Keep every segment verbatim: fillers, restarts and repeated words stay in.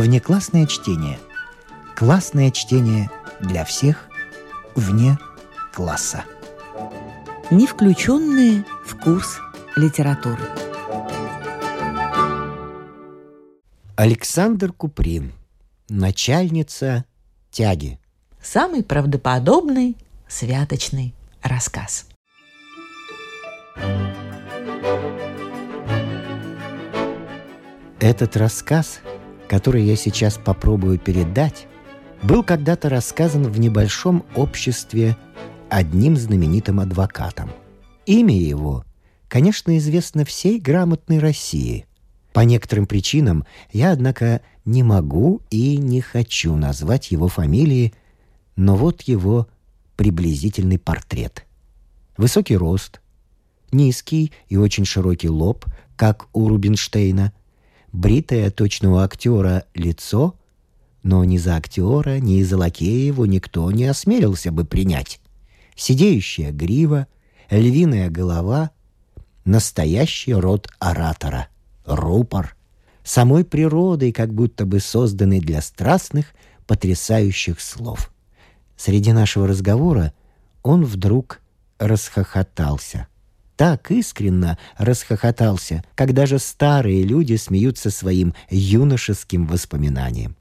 Внеклассное чтение. Классное чтение для всех вне класса. Не включенные в курс литературы. Александр Куприн. Начальница тяги. Самый правдоподобный святочный рассказ. Этот рассказ, который я сейчас попробую передать, был когда-то рассказан в небольшом обществе одним знаменитым адвокатом. Имя его, конечно, известно всей грамотной России. По некоторым причинам я, однако, не могу и не хочу назвать его фамилии, но вот его приблизительный портрет. Высокий рост, низкий и очень широкий лоб, как у Рубинштейна, бритое точно у актера лицо, но ни за актера, ни за лакея его никто не осмелился бы принять. Сидеющая грива, львиная голова, настоящий род оратора, рупор, самой природой как будто бы созданный для страстных, потрясающих слов. Среди нашего разговора он вдруг расхохотался. Так искренно расхохотался, как даже старые люди смеются своим юношеским воспоминанием.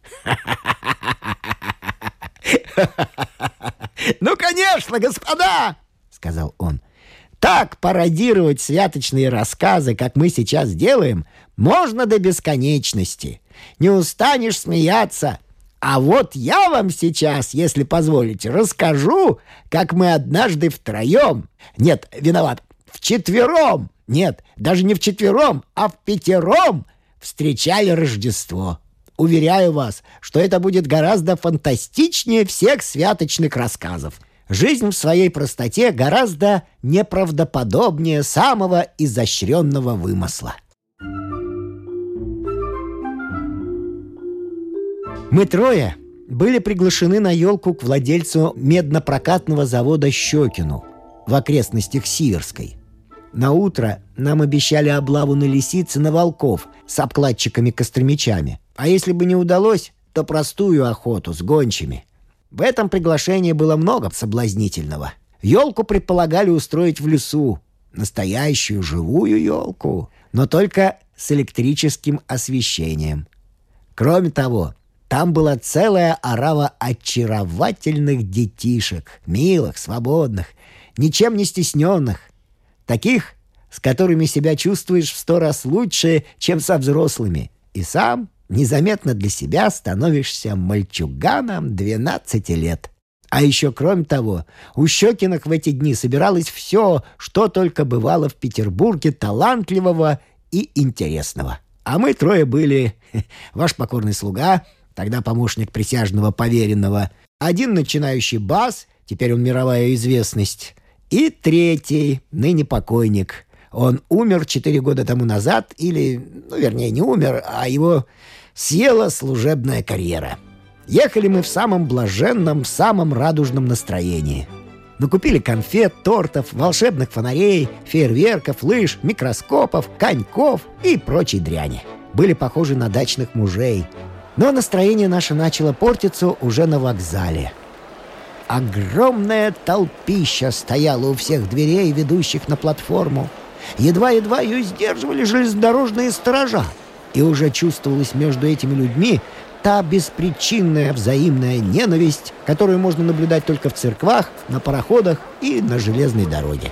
«Ну, конечно, господа!» — сказал он. «Так пародировать святочные рассказы, как мы сейчас делаем, можно до бесконечности. Не устанешь смеяться. А вот я вам сейчас, если позволите, расскажу, как мы однажды втроем... Нет, виноват, вчетвером... Нет, даже не вчетвером, а в пятером встречали Рождество. Уверяю вас, что это будет гораздо фантастичнее всех святочных рассказов. Жизнь в своей простоте гораздо неправдоподобнее самого изощренного вымысла». Мы трое были приглашены на елку к владельцу медно-прокатного завода Щекину в окрестностях Сиверской. На утро нам обещали облаву на лисиц и на волков с обкладчиками-костромичами. А если бы не удалось, то простую охоту с гончими. В этом приглашении было много соблазнительного. Елку предполагали устроить в лесу. Настоящую живую елку, но только с электрическим освещением. Кроме того, там была целая орава очаровательных детишек, милых, свободных, ничем не стесненных. Таких, с которыми себя чувствуешь в сто раз лучше, чем со взрослыми. И сам незаметно для себя становишься мальчуганом двенадцати лет. А еще, кроме того, у Щекиных в эти дни собиралось все, что только бывало в Петербурге талантливого и интересного. А мы трое были: ваш покорный слуга, тогда помощник присяжного поверенного, один начинающий бас, теперь он мировая известность, и третий, ныне покойник. Он умер четыре года тому назад, или, ну, вернее, не умер, а его съела служебная карьера. Ехали мы в самом блаженном, самом радужном настроении. Накупили конфет, тортов, волшебных фонарей, фейерверков, лыж, микроскопов, коньков и прочей дряни. Были похожи на дачных мужей. Но настроение наше начало портиться уже на вокзале. Огромная толпища стояла у всех дверей, ведущих на платформу. Едва-едва ее сдерживали железнодорожные сторожа. И уже чувствовалась между этими людьми та беспричинная взаимная ненависть, которую можно наблюдать только в церквах, на пароходах и на железной дороге.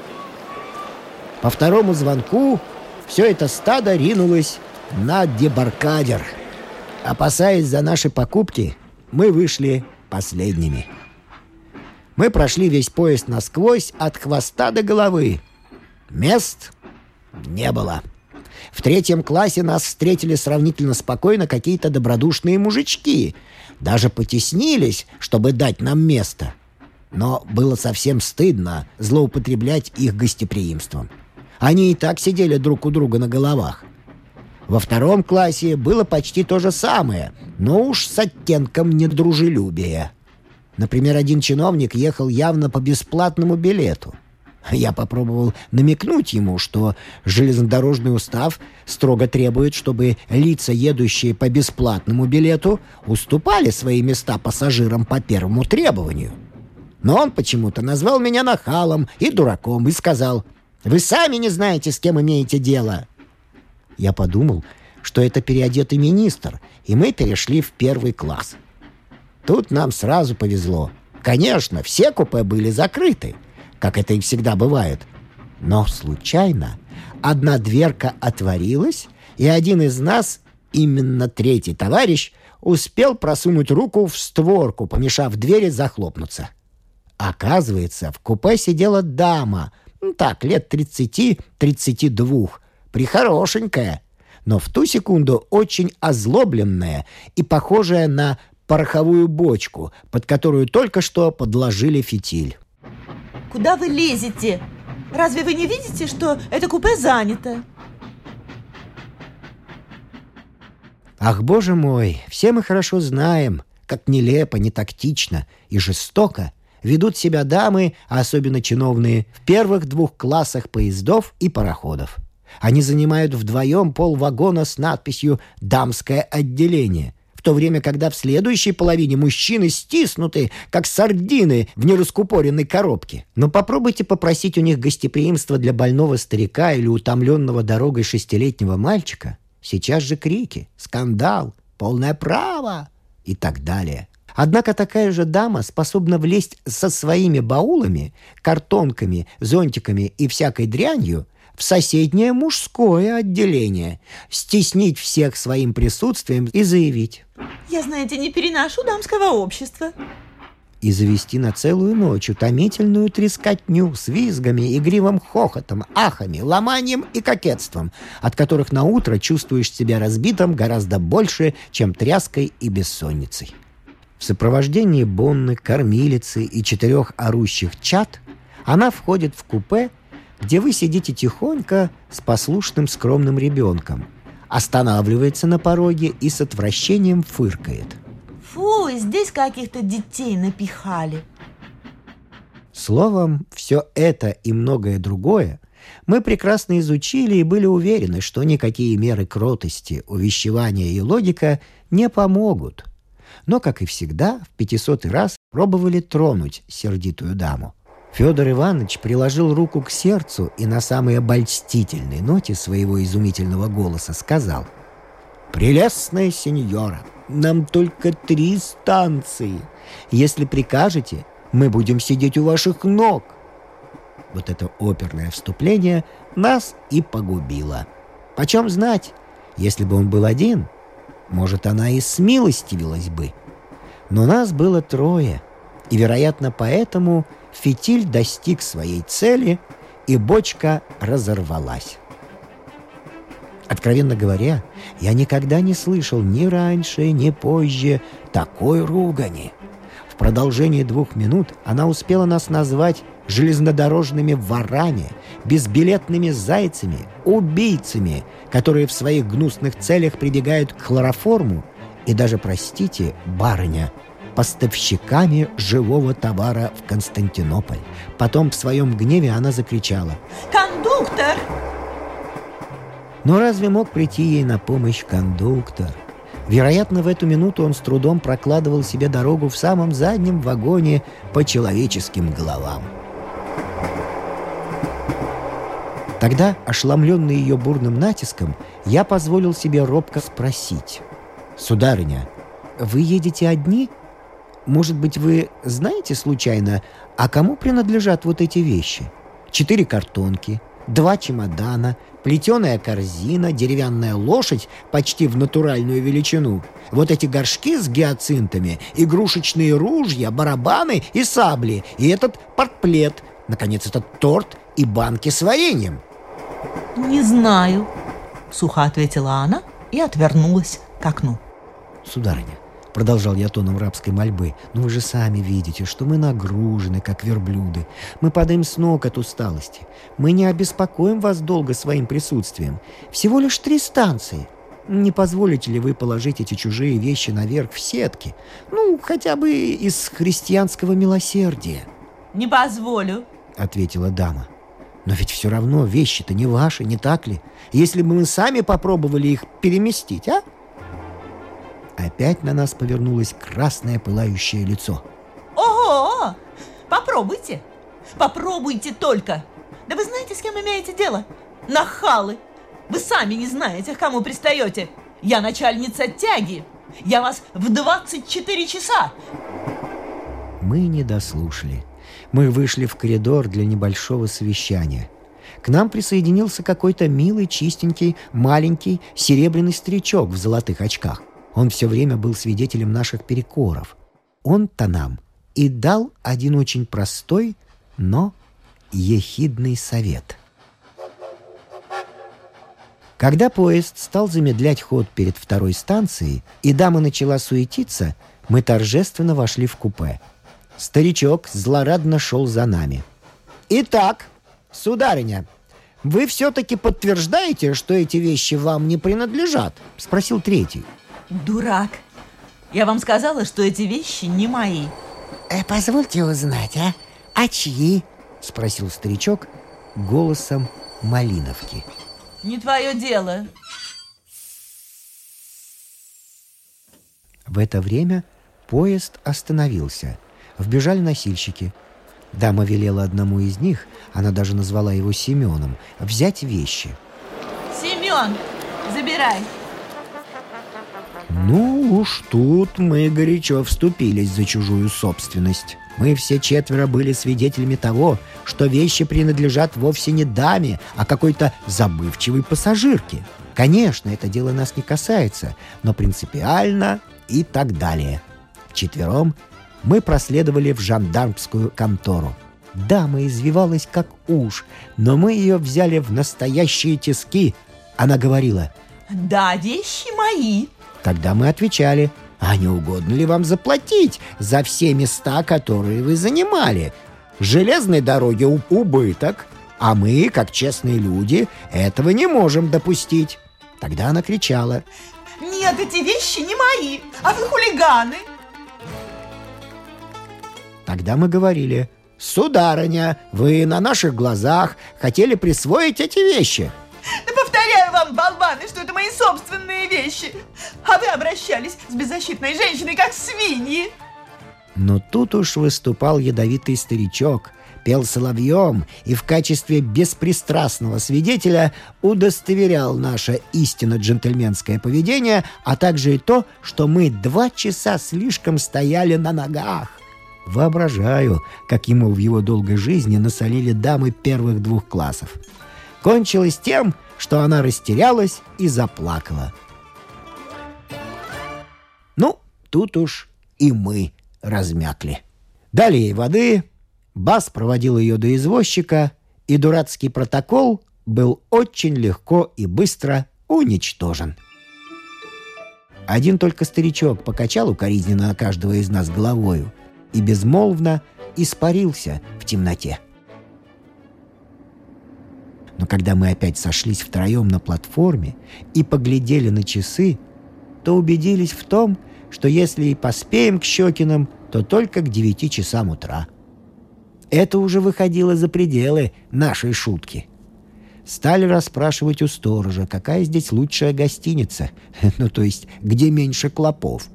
По второму звонку все это стадо ринулось на дебаркадер. Опасаясь за наши покупки, мы вышли последними. Мы прошли весь поезд насквозь от хвоста до головы. Мест не было. В третьем классе нас встретили сравнительно спокойно какие-то добродушные мужички. Даже потеснились, чтобы дать нам место. Но было совсем стыдно злоупотреблять их гостеприимством. Они и так сидели друг у друга на головах. Во втором классе было почти то же самое, но уж с оттенком недружелюбия. Например, один чиновник ехал явно по бесплатному билету. Я попробовал намекнуть ему, что железнодорожный устав строго требует, чтобы лица, едущие по бесплатному билету, уступали свои места пассажирам по первому требованию. Но он почему-то назвал меня нахалом и дураком и сказал: «Вы сами не знаете, с кем имеете дело». Я подумал, что это переодетый министр, и мы перешли в первый класс. Тут нам сразу повезло. Конечно, все купе были закрыты, как это и всегда бывает. Но случайно одна дверка отворилась, и один из нас, именно третий товарищ, успел просунуть руку в створку, помешав двери захлопнуться. Оказывается, в купе сидела дама, ну так, лет тридцати-тридцати двух, прихорошенькая, но в ту секунду очень озлобленная и похожая на пороховую бочку, под которую только что подложили фитиль. Куда вы лезете? Разве вы не видите, что это купе занято? Ах, боже мой, все мы хорошо знаем, как нелепо, нетактично и жестоко ведут себя дамы, а особенно чиновные, в первых двух классах поездов и пароходов. Они занимают вдвоем полвагона с надписью «Дамское отделение», в то время, когда в следующей половине мужчины стиснуты, как сардины в нераскупоренной коробке. Но попробуйте попросить у них гостеприимства для больного старика или утомленного дорогой шестилетнего мальчика. Сейчас же крики, скандал, полное право и так далее. Однако такая же дама способна влезть со своими баулами, картонками, зонтиками и всякой дрянью в соседнее мужское отделение, стеснить всех своим присутствием и заявить: «Я, знаете, не переношу дамского общества». И завести на целую ночь утомительную трескотню с визгами, игривым хохотом, ахами, ломанием и кокетством, от которых наутро чувствуешь себя разбитым гораздо больше, чем тряской и бессонницей. В сопровождении Бонны, кормилицы и четырех орущих чад она входит в купе, где вы сидите тихонько с послушным скромным ребенком, останавливается на пороге и с отвращением фыркает. Фу, здесь каких-то детей напихали. Словом, все это и многое другое мы прекрасно изучили и были уверены, что никакие меры кротости, увещевания и логика не помогут. Но, как и всегда, в пятисотый раз пробовали тронуть сердитую даму. Федор Иванович приложил руку к сердцу и на самой обольстительной ноте своего изумительного голоса сказал: «Прелестная сеньора, нам только три станции. Если прикажете, мы будем сидеть у ваших ног». Вот это оперное вступление нас и погубило. Почем знать, если бы он был один, может, она и смилостивилась бы. Но нас было трое, и, вероятно, поэтому фитиль достиг своей цели, и бочка разорвалась. Откровенно говоря, я никогда не слышал ни раньше, ни позже такой ругани. В продолжении двух минут она успела нас назвать железнодорожными ворами, безбилетными зайцами, убийцами, которые в своих гнусных целях прибегают к хлороформу, и даже, простите, барыня, поставщиками живого товара в Константинополь. Потом в своем гневе она закричала: «Кондуктор!» Но разве мог прийти ей на помощь кондуктор? Вероятно, в эту минуту он с трудом прокладывал себе дорогу в самом заднем вагоне по человеческим головам. Тогда, ошеломленный ее бурным натиском, я позволил себе робко спросить: «Сударыня, вы едете одни? Может быть, вы знаете случайно, а кому принадлежат вот эти вещи? Четыре картонки, два чемодана, плетеная корзина, деревянная лошадь почти в натуральную величину, вот эти горшки с гиацинтами, игрушечные ружья, барабаны и сабли, и этот портплет, наконец, этот торт и банки с вареньем». «Не знаю», — сухо ответила она и отвернулась к окну. «Сударыня, — продолжал я тоном рабской мольбы, — ну вы же сами видите, что мы нагружены, как верблюды. Мы падаем с ног от усталости. Мы не обеспокоим вас долго своим присутствием. Всего лишь три станции. Не позволите ли вы положить эти чужие вещи наверх в сетки? Ну, хотя бы из христианского милосердия?» «Не позволю», — ответила дама. Но ведь все равно вещи-то не ваши, не так ли? Если бы мы сами попробовали их переместить, а? Опять на нас повернулось красное пылающее лицо. Ого! Попробуйте! Попробуйте только! Да вы знаете, с кем имеете дело? Нахалы! Вы сами не знаете, к кому пристаете. Я начальница тяги. Я вас в двадцать четыре часа. Мы не дослушали. Мы вышли в коридор для небольшого совещания. К нам присоединился какой-то милый, чистенький, маленький, серебряный старичок в золотых очках. Он все время был свидетелем наших перекоров. Он-то нам и дал один очень простой, но ехидный совет. Когда поезд стал замедлять ход перед второй станцией, и дама начала суетиться, мы торжественно вошли в купе. Старичок злорадно шел за нами. «Итак, сударыня, вы все-таки подтверждаете, что эти вещи вам не принадлежат?» — спросил третий. Дурак! Я вам сказала, что эти вещи не мои. э, «Позвольте узнать, а? А чьи?» — спросил старичок голосом Малиновки. Не твое дело. В это время поезд остановился. Вбежали носильщики. Дама велела одному из них, она даже назвала его Семеном, взять вещи. Семен, забирай. Ну уж тут мы горячо вступились за чужую собственность. Мы все четверо были свидетелями того, что вещи принадлежат вовсе не даме, а какой-то забывчивой пассажирке. Конечно, это дело нас не касается, но принципиально и так далее. Вчетвером мы проследовали в жандармскую контору. Дама извивалась как уж, но мы ее взяли в настоящие тиски. Она говорила: Да, вещи мои. Тогда мы отвечали: а не угодно ли вам заплатить за все места, которые вы занимали? Железной дороге у- убыток, а мы, как честные люди, этого не можем допустить. Тогда она кричала: Нет, эти вещи не мои, а вы хулиганы. Тогда мы говорили: сударыня, вы на наших глазах хотели присвоить эти вещи. Да повторяю вам, болваны, что это мои собственные вещи. А вы обращались с беззащитной женщиной, как свиньи. Но тут уж выступал ядовитый старичок, пел соловьем и в качестве беспристрастного свидетеля удостоверял наше истинно джентльменское поведение, а также и то, что мы два часа слишком стояли на ногах. Воображаю, как ему в его долгой жизни насолили дамы первых двух классов. Кончилось тем, что она растерялась и заплакала. Ну, тут уж и мы размякли. Дали ей воды, Бас проводил ее до извозчика, и дурацкий протокол был очень легко и быстро уничтожен. Один только старичок покачал укоризненно на каждого из нас головою и безмолвно испарился в темноте. Но когда мы опять сошлись втроем на платформе и поглядели на часы, то убедились в том, что если и поспеем к Щекиным, то только к девяти часам утра. Это уже выходило за пределы нашей шутки. Стали расспрашивать у сторожа, какая здесь лучшая гостиница, ну то есть где меньше клопов.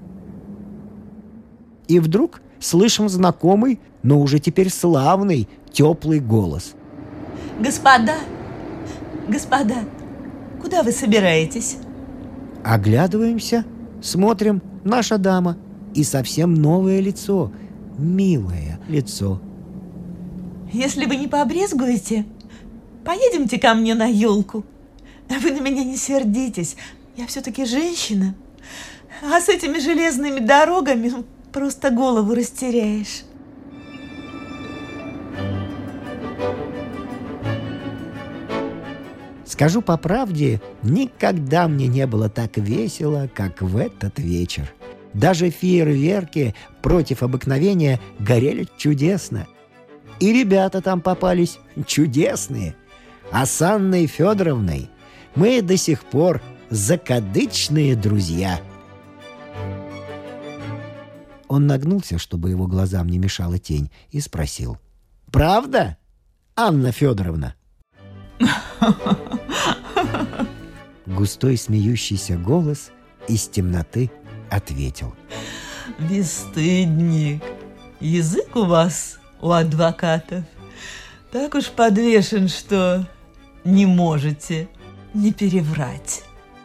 И вдруг слышим знакомый, но уже теперь славный, теплый голос. Господа, господа, куда вы собираетесь? Оглядываемся, смотрим, наша дама. И совсем новое лицо, милое лицо. Если вы не побрезгуете, поедемте ко мне на елку. Вы на меня не сердитесь, я все-таки женщина. А с этими железными дорогами просто голову растеряешь. Скажу по правде, никогда мне не было так весело, как в этот вечер. Даже фейерверки против обыкновения горели чудесно. И ребята там попались чудесные. А с Анной Федоровной мы до сих пор закадычные друзья. Он нагнулся, чтобы его глазам не мешала тень, и спросил: «Правда? Анна Федоровна? Густой смеющийся голос из темноты ответил: бесстыдник, язык у вас, у адвокатов, так уж подвешен, что не можете не переврать.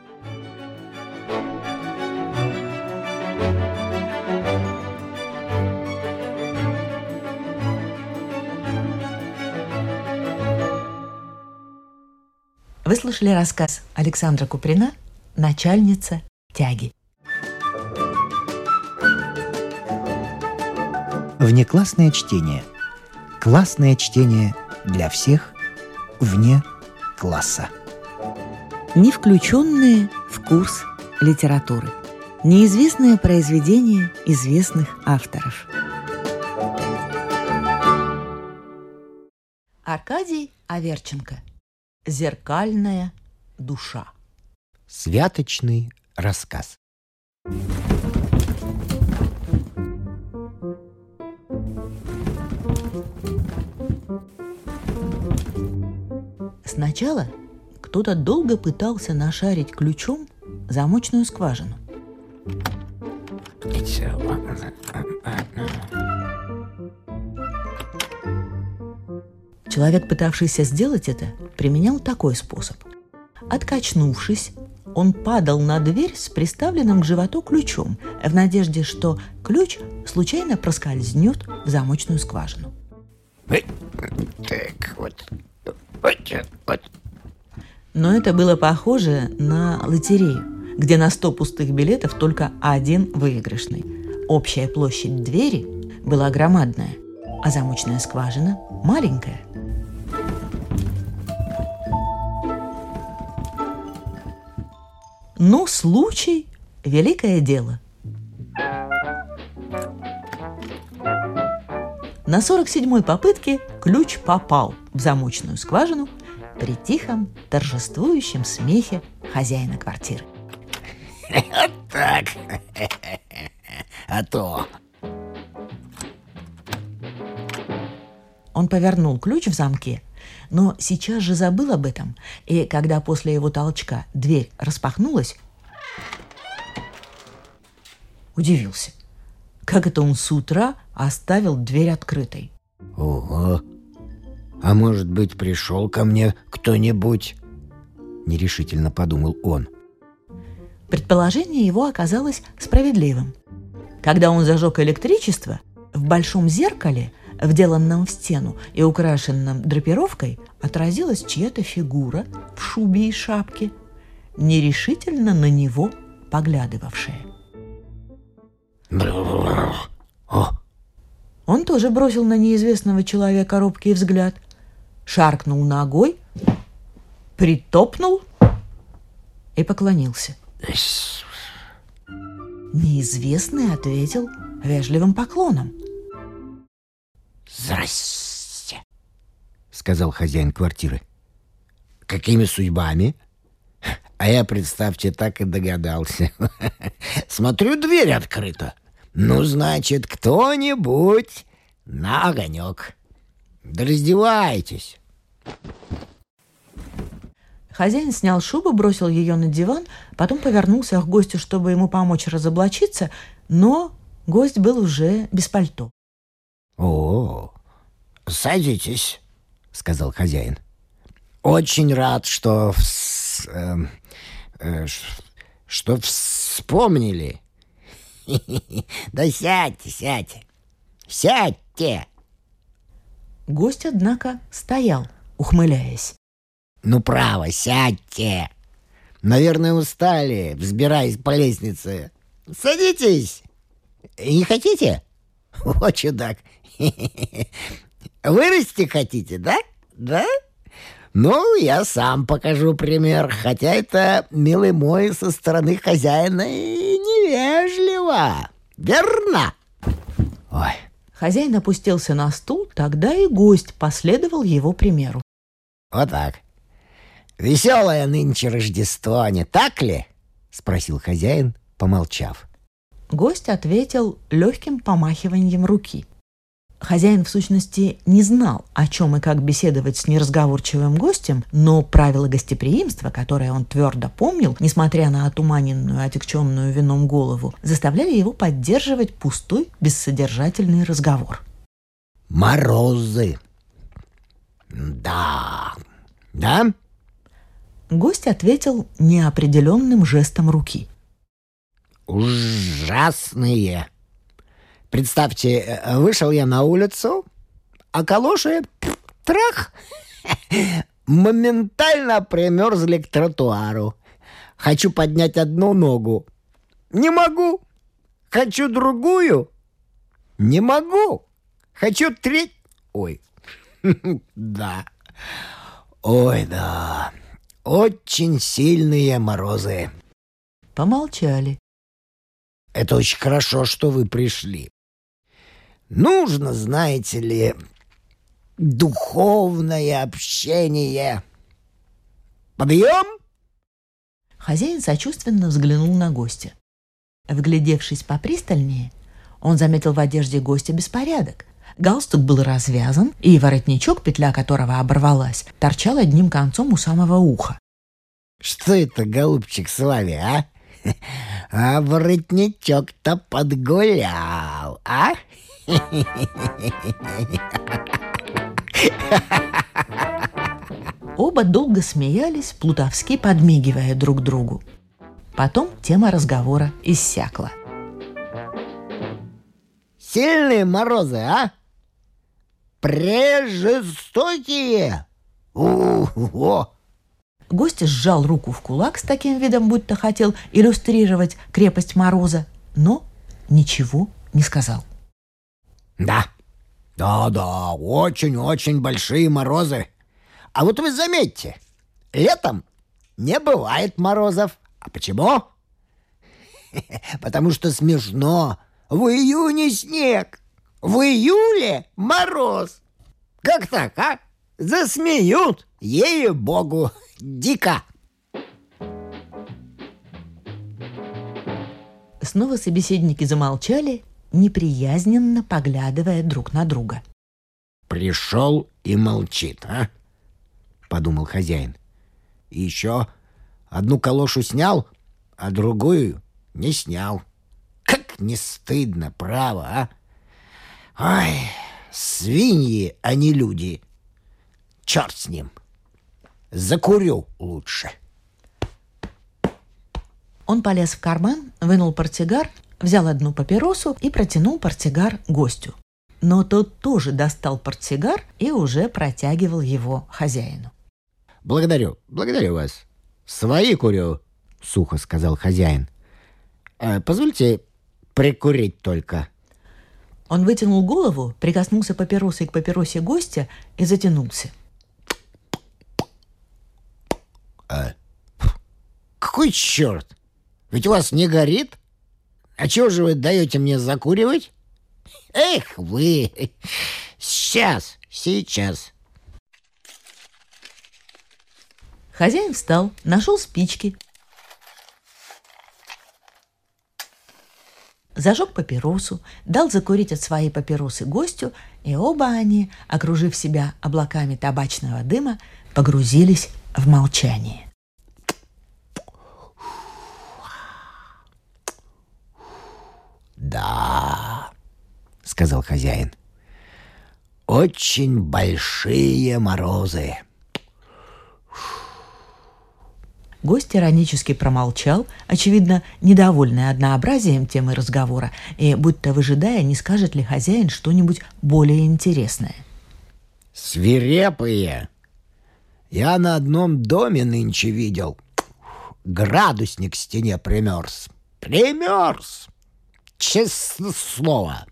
Вы слушали рассказ Александра Куприна «Начальница тяги». Внеклассное чтение. Классное чтение для всех вне класса. Не включенные в курс литературы. Неизвестные произведения известных авторов. Аркадий Аверченко. «Зеркальная душа». Святочный рассказ. Сначала кто-то долго пытался нашарить ключом замочную скважину. Человек, пытавшийся сделать это, применял такой способ. Откачнувшись, он падал на дверь с приставленным к животу ключом, в надежде, что ключ случайно проскользнет в замочную скважину. Так, вот. Вот, вот. Но это было похоже на лотерею, где на сто пустых билетов только один выигрышный. Общая площадь двери была громадная, а замочная скважина маленькая. Но случай – великое дело. На сорок седьмой попытке ключ попал в замочную скважину при тихом, торжествующем смехе хозяина квартиры. Вот так. А то. Он повернул ключ в замке, но сейчас же забыл об этом, и когда после его толчка дверь распахнулась, удивился, как это он с утра оставил дверь открытой. Ого! А может быть, пришел ко мне кто-нибудь? Нерешительно подумал он. Предположение его оказалось справедливым. Когда он зажег электричество, в большом зеркале, вделанном в стену и украшенном драпировкой, отразилась чья-то фигура в шубе и шапке, нерешительно на него поглядывавшая. О! Он тоже бросил на неизвестного человека робкий взгляд, шаркнул ногой, притопнул и поклонился. Неизвестный ответил вежливым поклоном. «Здрасте», — сказал хозяин квартиры. «Какими судьбами?» А я, представьте, так и догадался. Смотрю, дверь открыта. Ну, значит, кто-нибудь на огонек. Да раздевайтесь. Хозяин снял шубу, бросил ее на диван, потом повернулся к гостю, чтобы ему помочь разоблачиться, но гость был уже без пальто. «О, садитесь», — сказал хозяин. «Очень рад, что вс... э, э, что вспомнили. Да сядьте, сядьте, сядьте». Гость, однако, стоял, ухмыляясь. «Ну, право, сядьте. Наверное, устали, взбираясь по лестнице. Садитесь. Не хотите? О, чудак. Вырасти хотите, да? Да? Ну, я сам покажу пример, хотя это, милый мой, со стороны хозяина и невежливо. Верно?» Ой. Хозяин опустился на стул, тогда и гость последовал его примеру. «Вот так. Веселое нынче Рождество, не так ли?» — спросил хозяин, помолчав. Гость ответил легким помахиванием руки. Хозяин, в сущности, не знал, о чем и как беседовать с неразговорчивым гостем, но правила гостеприимства, которые он твердо помнил, несмотря на отуманенную, отягченную вином голову, заставляли его поддерживать пустой, бессодержательный разговор. Морозы. Да. Да? Гость ответил неопределенным жестом руки. Ужасные. Представьте, вышел я на улицу, а калоши трах, моментально примерзли к тротуару. Хочу поднять одну ногу. Не могу. Хочу другую. Не могу. Хочу треть. Ой. Да. Ой, да. Очень сильные морозы. Помолчали. Это очень хорошо, что вы пришли. Нужно, знаете ли, духовное общение. Подъем? Хозяин сочувственно взглянул на гостя. Вглядевшись попристальнее, он заметил в одежде гостя беспорядок. Галстук был развязан, и воротничок, петля которого оборвалась, торчал одним концом у самого уха. Что это, голубчик, с вами, а? А воротничок-то подгулял, а? Оба долго смеялись, плутовски подмигивая друг другу. Потом тема разговора иссякла. Сильные морозы, а? Прежестокие. О-о-о! Гость сжал руку в кулак с таким видом, будто хотел иллюстрировать крепость мороза, но ничего не сказал. Да, да-да, очень-очень большие морозы. А вот вы заметьте, летом не бывает морозов. А почему? Потому что смешно. В июне снег, в июле мороз. Как так, а? Засмеют, ей-богу, дико. Снова собеседники замолчали, неприязненно поглядывая друг на друга. «Пришел и молчит, а?» — подумал хозяин. «И еще одну калошу снял, а другую не снял. Как не стыдно, право, а? Ой, свиньи, а не люди. Черт с ним. Закурю лучше». Он полез в карман, вынул портсигар, взял одну папиросу и протянул портсигар гостю. Но тот тоже достал портсигар и уже протягивал его хозяину. «Благодарю, благодарю вас. Свои курю», — сухо сказал хозяин. «Э, «Позвольте прикурить только». Он вытянул голову, прикоснулся папиросой к папиросе гостя и затянулся. «А, какой черт? Ведь у вас не горит? А чего же вы даете мне закуривать? Эх вы! Сейчас, сейчас». Хозяин встал, нашел спички, зажег папиросу, дал закурить от своей папиросы гостю, и оба они, окружив себя облаками табачного дыма, погрузились в молчание. «Да», — сказал хозяин, — «очень большие морозы». Гость иронически промолчал, очевидно, недовольный однообразием темы разговора, и будто выжидая, не скажет ли хозяин что-нибудь более интересное. «Свирепые! Я на одном доме нынче видел. Градусник к стене примерз. Примерз! Честное слово!»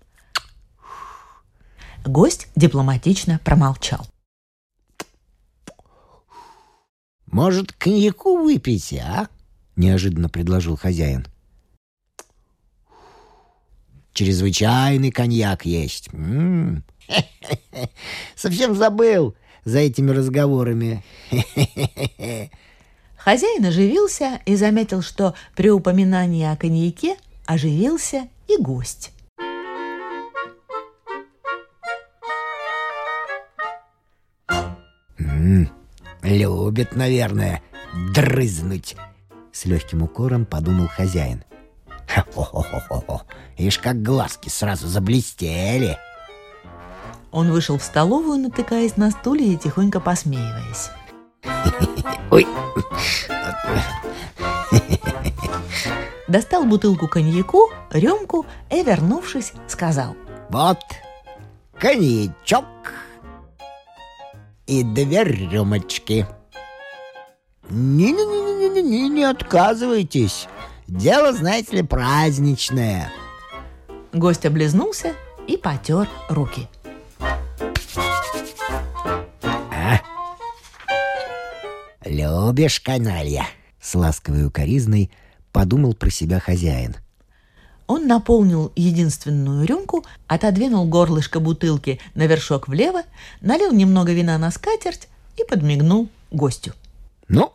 Гость дипломатично промолчал. «Может, коньяку выпейте, а?» — неожиданно предложил хозяин. «Чрезвычайный коньяк есть. М-м-м. Совсем забыл за этими разговорами». Хозяин оживился и заметил, что при упоминании о коньяке оживился и гость. М-м, любит, наверное, дрызнуть. С легким укором подумал хозяин. Хо-хо-хо-хо-хо. Ишь, как глазки сразу заблестели. Он вышел в столовую, натыкаясь на стулья и тихонько посмеиваясь. Ой. Достал бутылку коньяку, рюмку и, вернувшись, сказал: Вот, коньячок и две рюмочки. Не-не-не-не-не, не отказывайтесь. Дело, знаете ли, праздничное. Гость облизнулся и потер руки. А? Любишь, каналья? С ласковой укоризной подумал про себя хозяин. Он наполнил единственную рюмку, отодвинул горлышко бутылки на вершок влево, налил немного вина на скатерть и подмигнул гостю. Ну,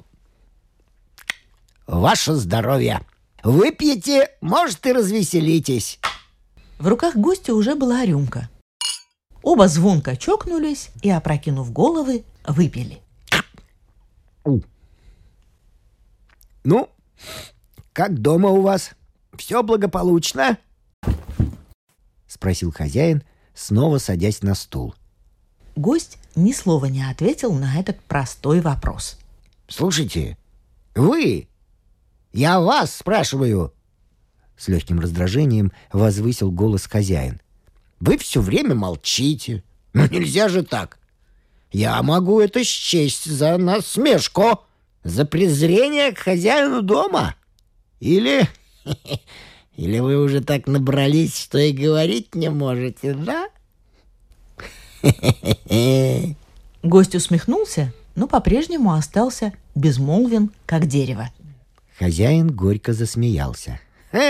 ваше здоровье. Выпьете, может, и развеселитесь. В руках гостя уже была рюмка. Оба звонко чокнулись и, опрокинув головы, выпили. Ну, как дома у вас? Все благополучно? Спросил хозяин, снова садясь на стул. Гость ни слова не ответил на этот простой вопрос. Слушайте, вы, я вас спрашиваю. С легким раздражением возвысил голос хозяин. Вы все время молчите. Ну нельзя же так. Я могу это счесть за насмешку, за презрение к хозяину дома. Или... Или вы уже так набрались, что и говорить не можете, да? Гость усмехнулся, но по-прежнему остался безмолвен, как дерево. Хозяин горько засмеялся.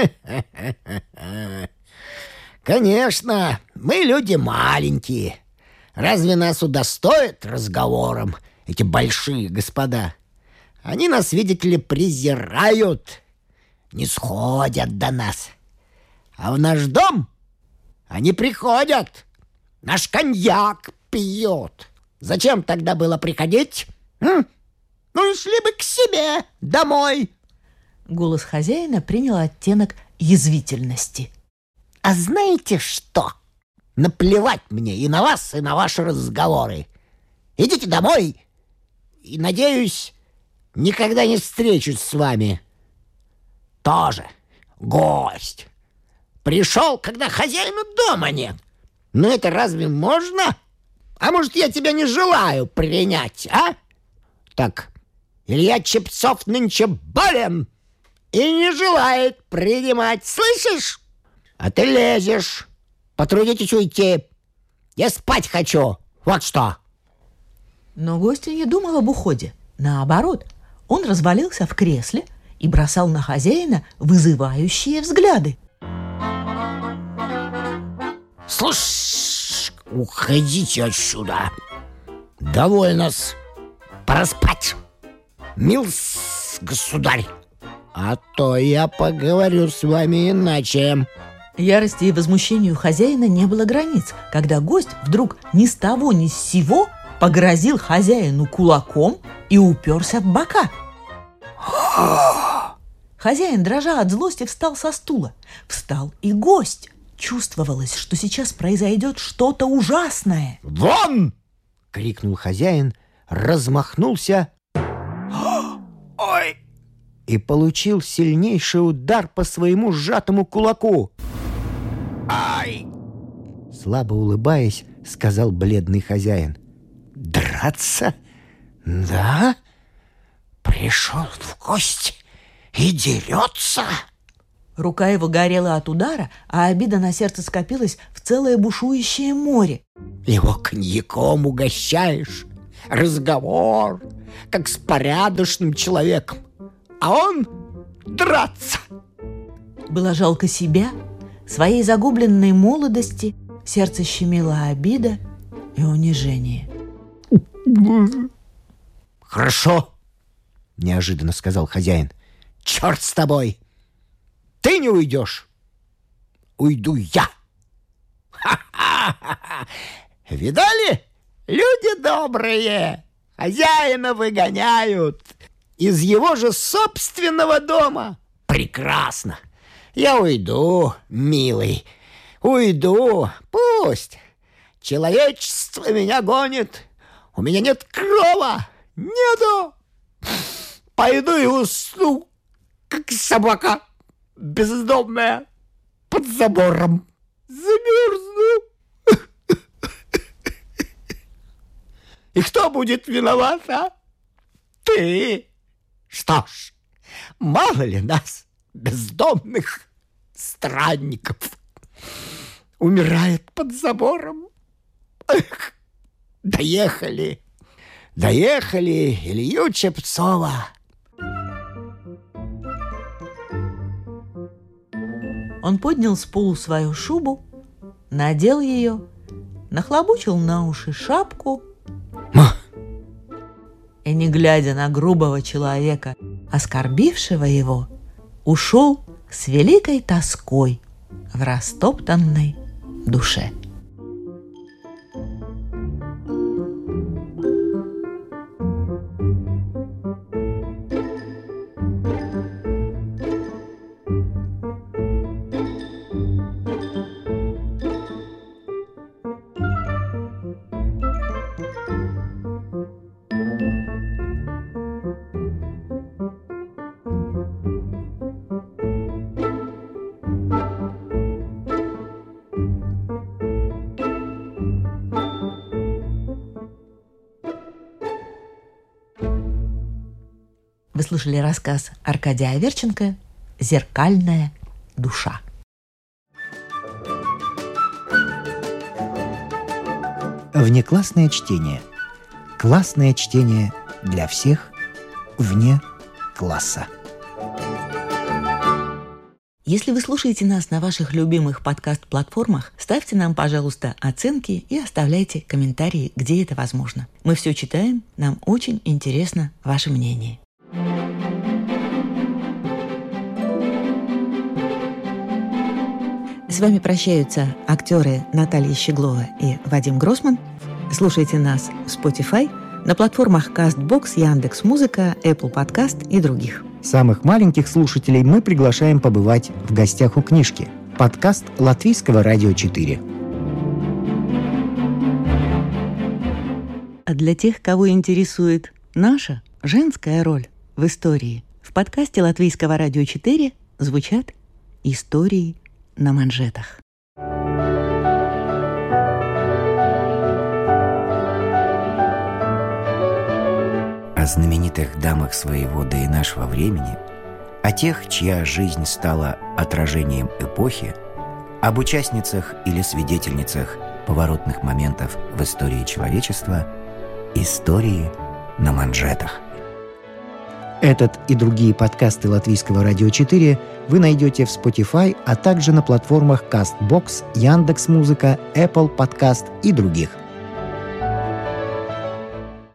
Конечно, мы люди маленькие. Разве нас удостоят разговором эти большие господа? Они нас, видите ли, презирают, не сходят до нас. А в наш дом они приходят, наш коньяк пьют. Зачем тогда было приходить? М? Ну, шли бы к себе домой. Голос хозяина принял оттенок язвительности. А знаете что? Наплевать мне и на вас, и на ваши разговоры. Идите домой, и, надеюсь, никогда не встречусь с вами. Тоже гость. Пришел, когда хозяина дома нет. Ну это разве можно? А может, я тебя не желаю принять, а? Так, Илья Чепцов нынче болен и не желает принимать, слышишь? А ты лезешь. Потрудитесь уйти. Я спать хочу. Вот что. Но гость не думал об уходе. Наоборот, он развалился в кресле и бросал на хозяина вызывающие взгляды. Слушай, уходите отсюда. Довольно-с. Пора спать. Мил-с, государь. А то я поговорю с вами иначе. Ярости и возмущению хозяина не было границ, когда гость вдруг ни с того ни с сего погрозил хозяину кулаком и уперся в бока. Хозяин, дрожа от злости, встал со стула. Встал и гость. Чувствовалось, что сейчас произойдет что-то ужасное. «Вон!» — крикнул хозяин, размахнулся. «Ой!» И получил сильнейший удар по своему сжатому кулаку. «Ай!» Слабо улыбаясь, сказал бледный хозяин. «Драться? Да? Пришел в гости и дерется?» Рука его горела от удара, а обида на сердце скопилась в целое бушующее море. «Его коньяком угощаешь, разговор, как с порядочным человеком, а он драться!» Было жалко себя, своей загубленной молодости, сердце щемило обида и унижение. «Хорошо», — неожиданно сказал хозяин. «Черт с тобой! Ты не уйдешь, уйду я!» Ха-ха-ха-ха! Видали, люди добрые? Хозяина выгоняют из его же собственного дома. Прекрасно. Я уйду, милый. Уйду. Пусть. Человечество меня гонит. У меня нет крова. Нету. Пойду и усну, как собака бездомная под забором. Замерзну. И кто будет виноват, а? Ты. Что ж, мало ли нас, бездомных странников, умирает под забором. Эх, доехали, доехали Илью Чепцова. Он поднял с полу свою шубу, надел ее, нахлобучил на уши шапку и, не глядя на грубого человека, оскорбившего его, ушел с великой тоской в растоптанной душе. Вы слушали рассказ Аркадия Аверченко «Зеркальная душа». Внеклассное чтение. Классное чтение для всех вне класса. Если вы слушаете нас на ваших любимых подкаст-платформах, ставьте нам, пожалуйста, оценки и оставляйте комментарии, где это возможно. Мы все читаем, нам очень интересно ваше мнение. С вами прощаются актеры Наталья Щеглова и Вадим Гроссман. Слушайте нас в Spotify, на платформах CastBox, Яндекс.Музыка, Apple Podcast и других. Самых маленьких слушателей мы приглашаем побывать в гостях у книжки. Подкаст Латвийского радио четыре. А для тех, кого интересует наша женская роль в истории, в подкасте Латвийского радио четыре звучат истории на манжетах. О знаменитых дамах своего да и нашего времени, о тех, чья жизнь стала отражением эпохи, об участницах или свидетельницах поворотных моментов в истории человечества, истории на манжетах. Этот и другие подкасты Латвийского радио четыре вы найдете в Spotify, а также на платформах CastBox, Яндекс.Музыка, Apple Podcast и других.